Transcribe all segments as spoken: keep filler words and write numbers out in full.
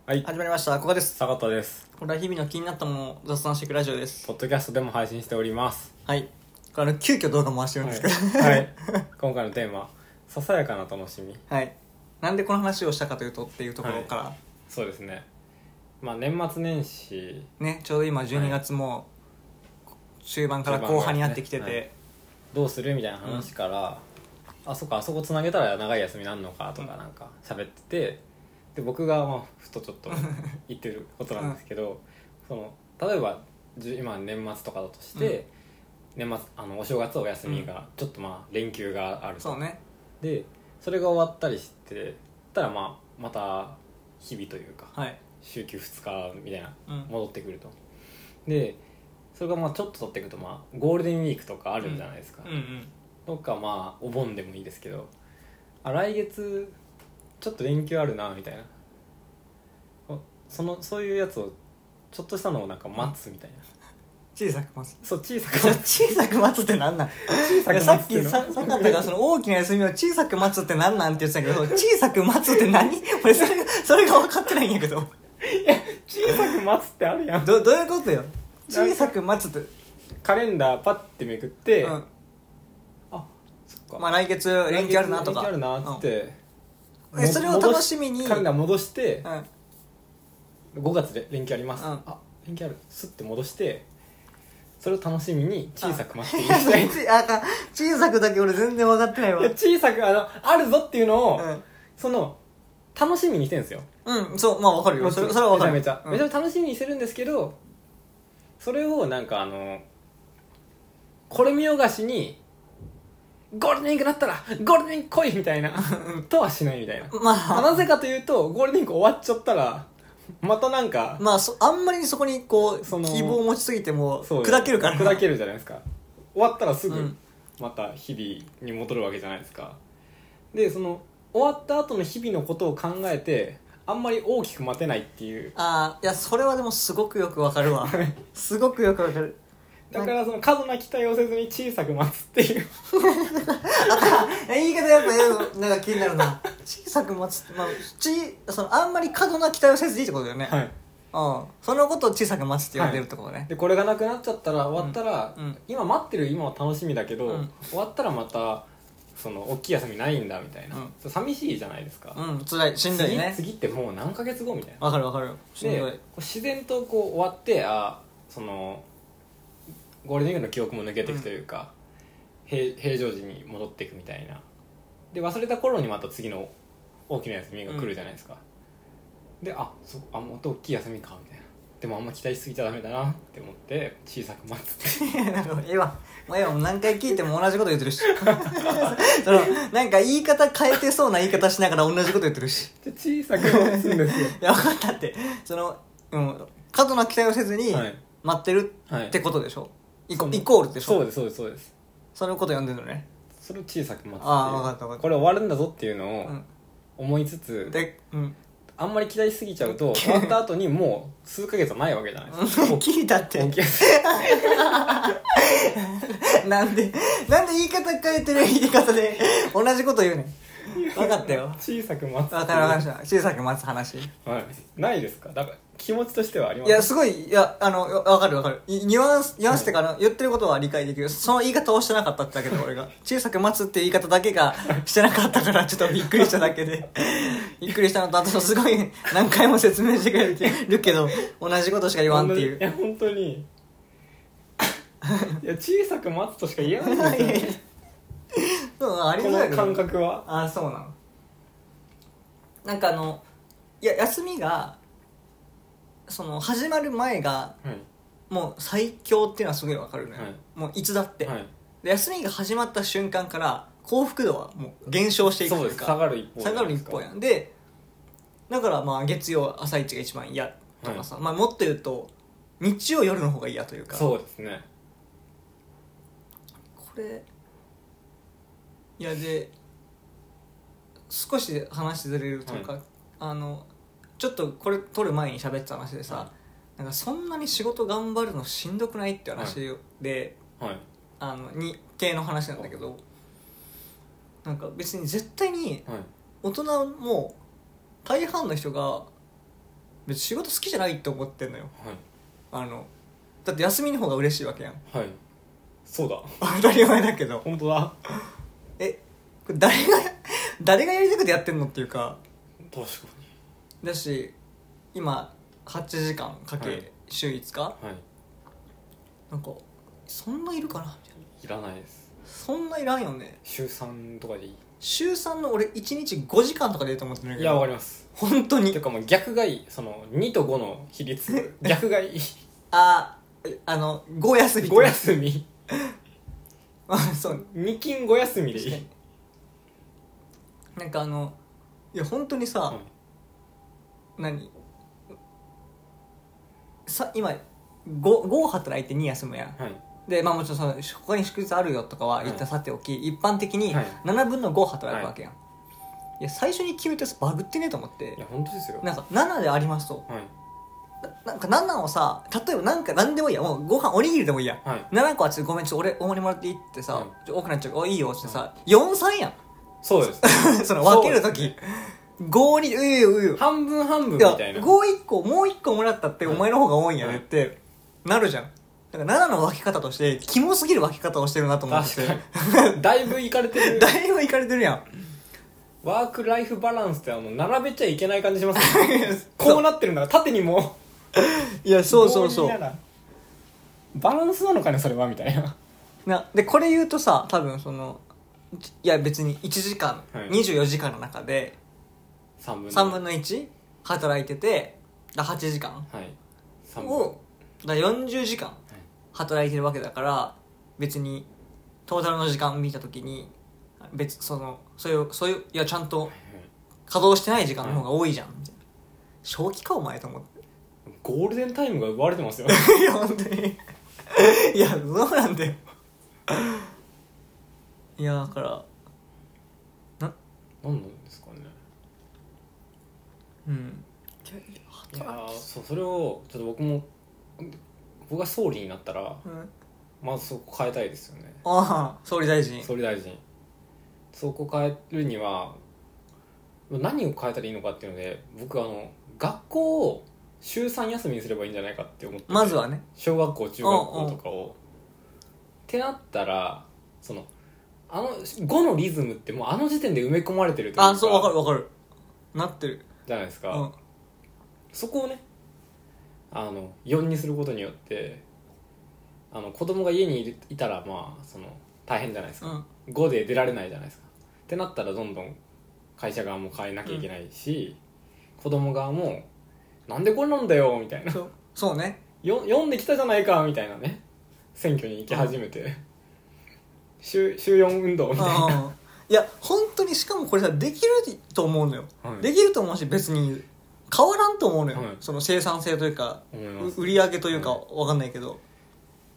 はい、 始まりました。ここです。 坂田です。 これは日々の気になったものを雑談していくラジオです。 ポッドキャストでも配信しております。 はい。これあの急遽動画回してるんですけど、 はい、はい、今回のテーマ、ささやかな楽しみ。 はい。なんでこの話をしたかというとっていうところから、はい、 そうですね。まあ年末年始ね、ちょうど今じゅうにがつも終盤から後半になってきてて、ね、はい、 どうするみたいな話から、うん、あそこあそこつなげたら長い休みなんのかとかなんか喋ってて、で僕がまあふとちょっと言ってることなんですけど、うん、その例えば今年末とかだとして、うん、年末あのお正月お休みが、うん、ちょっとまあ連休があると、 そうね、 でそれが終わったりしてたら、まあまた日々というか、はい、週休ふつかみたいな、うん、戻ってくると。でそれがまあちょっと取っていくと、まあゴールデンウィークとかあるじゃないですか、 うんうんうん、 とかまあお盆でもいいですけど、あ来月ちょっと連休あるなみたいな、そのそういうやつをちょっとしたのをなんか待つみたいな、 小さく待つ。 そう小さく待つ小さく待つってなんなん小さく待つってさっき坂田がその大きな休みを小さく待つってなんなんって言ってたけど、小さく待つって何俺それがそれが分かってないんやけど。いや小さく待つってあるやん。 ど, どういうことよ小さく待つって。 カレンダーパッてめくって、うん、 あそっか、まあ来月連休あるなとか連休あるなって、 うん、えそれを楽しみにカレンダー戻して、 うん、 ごがつで連休あります、うん、あ連休あるスッて戻して、それを楽しみに小さく待っていいですね。 あ小さくだけ俺全然分かってないわ。 いや小さくあのあるぞっていうのを、うん、その楽しみにしてるんですよ。 うんそうまあ分かるよ。それそれは分かる。 めちゃめちゃ、うん、めちゃめちゃ楽しみにしてるんですけど、それをなんかあのこれ見よがしにゴールデンウィークになったらゴールデンウィーク来いみたいなとはしないみたいな。まあ、まあ、なぜかというとゴールデンウィーク終わっちゃったらまたなんかまあそあんまりそこにこうその希望を持ちすぎても砕けるから砕けるじゃないですか。終わったらすぐまた日々に戻るわけじゃないですか。でその終わった後の日々のことを考えてあんまり大きく待てないっていう。 ああいやそれはでもすごくよくわかるわ。すごくよくわかる。 だからその過度な期待をせずに小さく待つっていう言い方やっぱなんか気になるな。小さく待つって、まあ、ちそのあんまり過度な期待をせずにってことだよね。はい、うん、そのことを小さく待つって呼んでるってことね、はい、 でこれがなくなっちゃったら終わったら、うんうん、今待ってる今は楽しみだけど、うん、終わったらまたその大きい休みないんだみたいな、うん、寂しいじゃないですか。 うん辛いしんどいね。 次, 次ってもう何ヶ月後みたいな。 わかるわかる。 で自然とこう終わってあそのゴールデンウィークの記憶も抜けていくというか、うん、平, 平常時に戻っていくみたいな。で忘れた頃にまた次の大きな休みが来るじゃないですか、うん、であそあもっと大きい休みかみたいな。でもあんま期待しすぎちゃダメだなって思って小さく待つってええわもうええわもう何回聞いても同じこと言ってるしそのなんか言い方変えてそうな言い方しながら同じこと言ってるし小さく待つんですよ。 いや分かったって。その、うん、過度な期待をせずに待ってるってことでしょ、はい、イ, コイコールでしょ。 そうですそうですそうです。 そのこと読んでるのね。 それを小さく待つっていう。 ああ分かった分かった。 これ終わるんだぞっていうのを思いつつ、うん、で、うん、あんまり期待しすぎちゃうと終わった後にもう数ヶ月はないわけじゃないですか。 聞いたってなんでなんで言い方変えてる言い方で同じこと言うねん。分かったよ。 小さく待つ。 分かりました。小さく待つ話、 はい、ないですか。だから気持ちとしてはあります。 いやすごいいやあの分かる分かる。ニュアンスニュアンスってかな、はい、言ってることは理解できる。その言い方をしてなかったってだけで俺が小さく待つっていう言い方だけがしてなかったからちょっとびっくりしただけでびっくりしたのと、あとすごい何回も説明してくれるけど同じことしか言わんっていう。 いや本当にいや小さく待つとしか言えないんですよねそうありそうやけどこの感覚は。 あそうなの。なんかあのいや休みがその始まる前が、はい、もう最強っていうのはすごいわかるね、はい、もういつだって、はい、で休みが始まった瞬間から幸福度はもう減少していくというか下がる一方下がる一方やんで、だからまあ月曜朝一が一番嫌とかさ、はい、まあ、もっと言うと日曜夜の方が嫌というか。 そうですね。 これいやで少し話ずれるというか、はい、あのちょっとこれ撮る前に喋ってた話でさ、はい、なんかそんなに仕事頑張るのしんどくないって話で、はいはい、あのに系の話なんだけど、なんか別に絶対に大人も大半の人が別に仕事好きじゃないって思ってんのよ。 はいあのだって休みの方が嬉しいわけやん。 はいそうだ当たり前だけど。 本当だえこれ誰が誰がやりたくてやってんのっていうか確かだし、今はちじかんかはいけ週いつか、 にはいなんかそんないるかなみたいな。 いらないです。 そんないらんよね。 週さんとかでいい。 週さんの俺いちにちごじかんとかでいいと思ってるんだけど。 いやわかります。 本当にてかもう逆がいい。そのにとごの比率逆がいい。 あーあのご休みご休みあそうに金ご休みでいい。 確かになんかあのいや本当にさ、 うん、 何さ今 5, 5働いてに休むやん、 はいでまあもちろんその他に祝日あるよとかは一旦さておき、はい、一般的にはいななぶんのご働くわけやん、はい、いや最初に決めたやつバグってねえと思って。 いや本当ですよ。 なんかななでありますと、 はいな, なんかななをさ例えばなんか何でもいいや、もうご飯おにぎりでもいいや、 はい、 ななこはちょっとごめんちょっと俺大盛りもらっていいってさ、 はい、 多くなっちゃうからいいよってさ、はい、よんさんやん。 そうですその分けるときごにうゆうゆ半分半分みたいな。 ごいっこもういっこもらったってお前の方が多いんやねってなるじゃん。だからななの分け方としてキモすぎる分け方をしてるなと思ってて。 確かにだいぶいかれてる。 だいぶいかれてるやん。 ワークライフバランスってあの並べちゃいけない感じしますねこうなってるんだから縦にもいやそうそうそうバランスなのかねそれはみたいな。 なでこれ言うとさ多分そのいや別にいちじかん、はい、にじゅうよじかんの中でさんぶんのいち働いててだはちじかん、はい、をだよんじゅうじかん働いてるわけだから、別にトータルの時間見た時に別そのそういうそういういやちゃんと稼働してない時間の方が多いじゃんみたいな。正気かお前と思って。 ゴールデンタイムが奪われてますよいや本当にいやそうなんだよいやだからな何なんですかね。 うんいやそうそれをちょっと僕も僕が総理になったら、うん、まずそこ変えたいですよね。 ああ総理大臣総理大臣そこ変えるには何を変えたらいいのかっていうので、僕あの学校を週さん休みにすればいいんじゃないかって思ってて、 まずはね小学校中学校とかをってなったらそのあのごのリズムってもうあの時点で埋め込まれてるというか。 あそう分かる分かるなってるじゃないですか、 うん、 そこをねあのよんにすることによってあの子供が家にいたらまあその大変じゃないですか、うん、ごで出られないじゃないですかってなったらどんどん会社側も変えなきゃいけないし、うん、子供側もなんでこれなんだよみたいな。 そうそうねよ読んできたじゃないかみたいなね。選挙に行き始めて、うん、週, 週よん運動みたいな。 いや本当にしかもこれさできると思うのよ、はい、できると思うし別に変わらんと思うのよ、はい、その生産性というか売り上げというか分かんないけど、はい、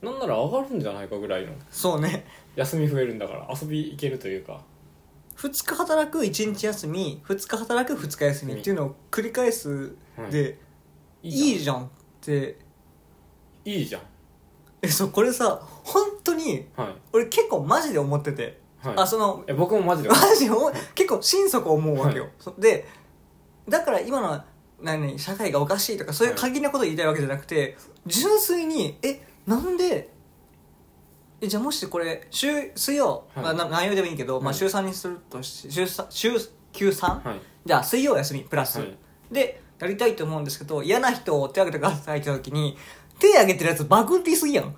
なんなら上がるんじゃないかぐらいの。 そうね休み増えるんだから遊び行けるというか、 ふつか働くいちにち休みふつか働くふつか休みっていうのを繰り返すで、はい、いいじゃんっていいじゃんえそうこれさ本当に、はい、俺結構マジで思ってて、はい、あそのえ僕もマジでマジで結構心底思うわけよ、はい、でだから今の何社会がおかしいとかそういう過激なことを言いたいわけじゃなくて、はい、純粋にえなんでえじゃあもしこれ週水曜、はいまあ、何曜でもいいけど、はいまあ、週さんにするとし週週休さん、はい、じゃあ水曜休みプラス、はい、でやりたいと思うんですけど嫌な人を手挙げてくださいって言った時に手挙げてるやつバグって言いすぎやん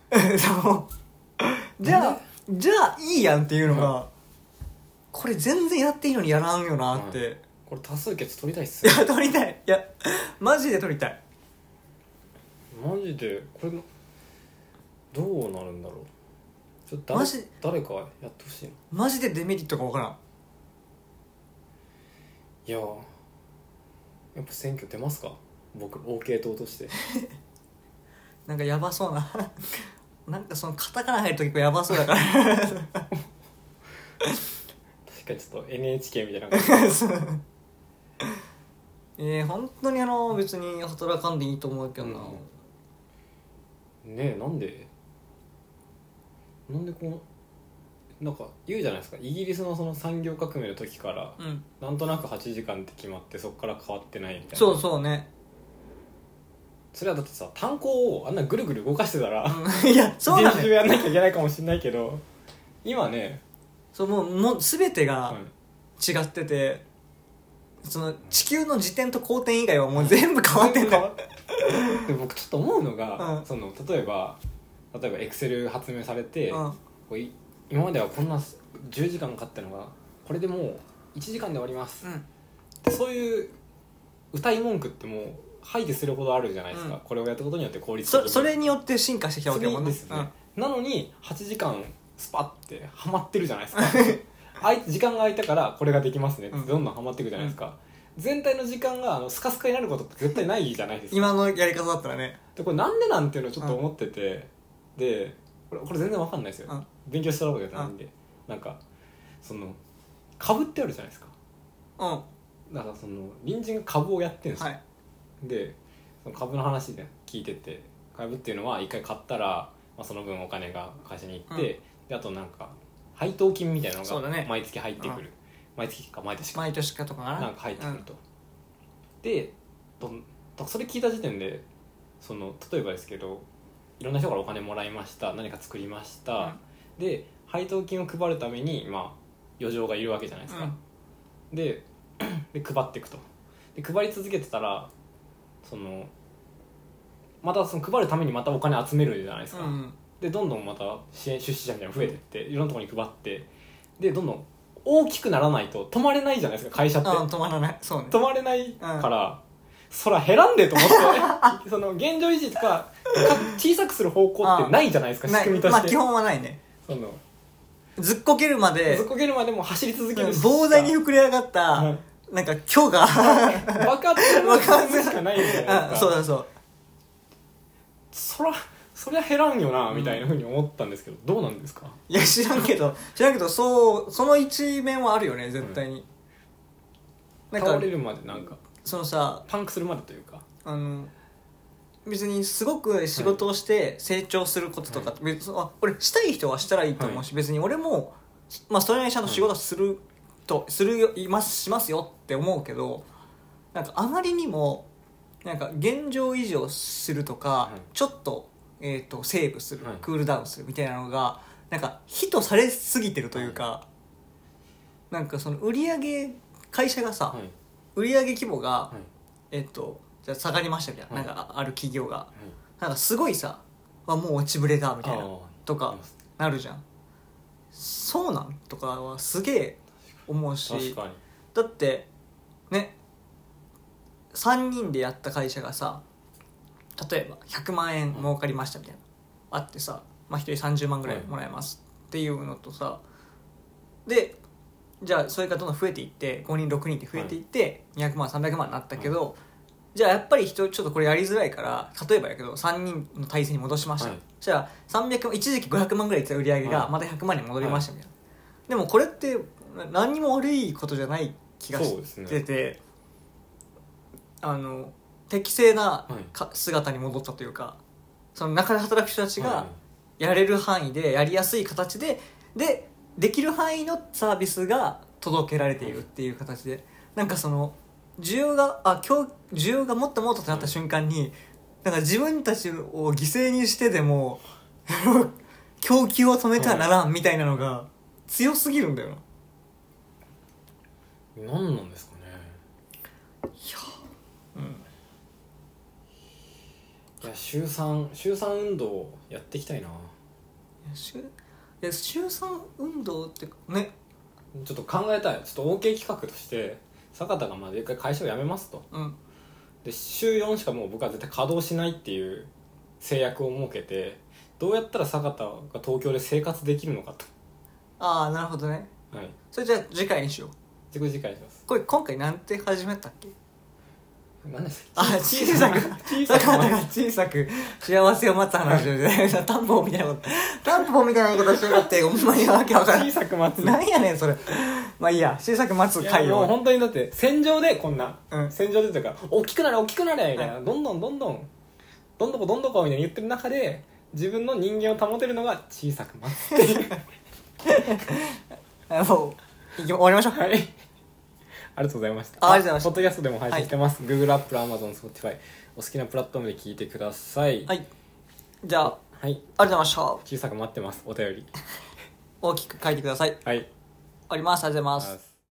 じゃあじゃあいいやんっていうのが、はい、これ全然やっていいのにやらんよなって、はい、 これ多数決取りたいっすよ。 いや取りたいいやマジで取りたいマジでこれどうなるんだろう。ちょっと 誰, 誰かやってほしいな。 マジでデメリットが分からん。 いややっぱ選挙出ますか僕 OK 党としてなんかやばそうななんかそのカタカナ入ると結構やばそうだから確かにちょっと エヌエイチケー みたいな感じえー、本当にあの別に働かんでいいと思うけどな、 うん、ねえなんでなんでこうなんか言うじゃないですかイギリスのその産業革命の時から、うん、なんとなくはちじかんって決まってそこから変わってないみたいな。 そうそうねそれはだってさ単行をあんなぐるぐる動かしてたら、 うん、いやそうな練習のよ。 やんなきゃいけないかもしれないけど今ね、 そうもうもう全てがはい違ってて、その地球の自転と公転以外はもう全部変わってんだよ。 で僕ちょっと思うのが、 うんその例えば例えばエクセル発明されて、 うんこうい今まではこんなじゅうじかんかかったのがこれでもういちじかんで終わります、 うんでそういう歌い文句ってもう廃棄するほどあるじゃないですか、 うんこれをやったことによって効率的にそそれによって進化してきたわけだもんね。 ですね、なのにはちじかんスパッてハマってるじゃないですかあい時間が空いたからこれができますねってどんどんハマっていくじゃないですか、全体の時間があのスカスカになることって絶対ないじゃないですか。 今のやり方だったらね。 でこれなんでなんていうのをちょっと思ってて、でこれこれ全然わかんないですよ、 うん勉強したわけじゃないんで、なんかその株ってあるじゃないですか。 うんはだからその隣人が株をやってるんですよ、 いでその株の話で聞いてて、株っていうのは一回買ったら、まあ、その分お金が会社に行って、うん、であとなんか配当金みたいなのが毎月入ってくる、ね、毎月か毎年か毎年かとかかな、 なんか入ってくると、うん、でどそれ聞いた時点でその例えばですけどいろんな人からお金もらいました、何か作りました、うん、で配当金を配るためにまあ余剰がいるわけじゃないですか、うん、で, で配っていくと、で配り続けてたらそのまたその配るためにまたお金集めるじゃないですか、うん、でどんどんまた支援出資者みたいなの増えていって、いろんなところに配って、でどんどん大きくならないと止まれないじゃないですか会社って、 うん、止まらないそう、ね、 止まれないから、うん、そら減らんでと思ってその現状維持とか小さくする方向ってないじゃないですか、仕組みとして。 まあ基本はないね。 そのずっこけるまでずっこけるまでも走り続けるし、 膨大に膨れ上がった、うん、なんか今日が爆発するしかないんじゃないですか。 そうだそう。 そらそりゃ減らんよなみたいな風に思ったんですけど、うん、どうなんですか。 いや知らんけど知らんけどそうその一面はあるよね絶対に、 うん、なんか倒れるまでなんかそのさパンクするまでというか、 あの別にすごく仕事をして成長することとか、はい、別にあ俺したい人はしたらいいと思うし、はい、別に俺も、まあ、それなりにちゃんと仕事すると、はい、するよいますしますよって思うけど、なんかあまりにもなんか現状維持をするとか、はい、ちょっと、えーと、セーブする、はい、クールダウンするみたいなのがなんかヒットされすぎてるというか、はい、なんかその売上会社がさ、はい、売上規模が、はい、えっ、ー、とじゃあ下がりましたみたいな、はい、なんかある企業が、はい、なんかすごいさあもう落ちぶれだみたいなとかなるじゃん。そうなんとかはすげえ思うし、だってねさんにんでやった会社がさ例えばひゃくまんえん儲かりましたみたいな、うん、あってさ、まあ、ひとりさんじゅうまんぐらいもらえますっていうのとさ、でじゃあそれがどんどん増えていってごにんろくにんって増えていってにひゃくまんさんびゃくまんになったけど、はい、じゃあやっぱり人ちょっとこれやりづらいから例えばやけどさんにんの体制に戻しました、はい、じゃあさんびゃく一時期ごひゃくまんぐらいいってた売り上げがまたひゃくまんに戻りましたみたいな、はい、でもこれって何にも悪いことじゃない気がしてて、ね、あの適正な姿に戻ったというか、その中で働く人たちがやれる範囲でやりやすい形ででできる範囲のサービスが届けられているっていう形で、なんかその需要があ今日需要がもっともっととなった瞬間になんか自分たちを犠牲にしてでも供給を止めてはならんみたいなのが強すぎるんだよな。 何なんですかね。 いや、うん、 いや週さん週さん運動をやっていきたいな。いや週いや週さん運動ってねちょっと考えたい。ちょっと OK 企画として坂田がまあ一回会社を辞めますと、うん、で週よんしかもう僕は絶対稼働しないっていう制約を設けて、どうやったら坂田が東京で生活できるのかと。 ああなるほどね、 はい、 それじゃあ次回にしよう。 自己次回します。 これ今回なんて始めたっけ。 何ですか。あ小さく坂田が小さく幸せを待つ話をねタンポポみたいなことタンポポみたいな言い方してなかったほんまにわけわからん。 小さく待つなんやねんそれ。まあいいや小さく待つ回をもう本当にだって戦場でこんな、うん、戦場でというか大きくなれ大きくなれみたいな、はい、どんどんどんどんどんどこどんどこみたいに言ってる中で自分の人間を保てるのが小さく待つっていうもう終わりましょう。 はいありがとうございました。 あありがとうございましたポッドキャストでも配信してます、はい、Google、Apple、Amazon、Spotify お好きなプラットフォームで聞いてください。 はい、じゃあ、はい、 ありがとうございました。 小さく待ってます。お便り大きく書いてください。 はい、 あります。ありがとうございます。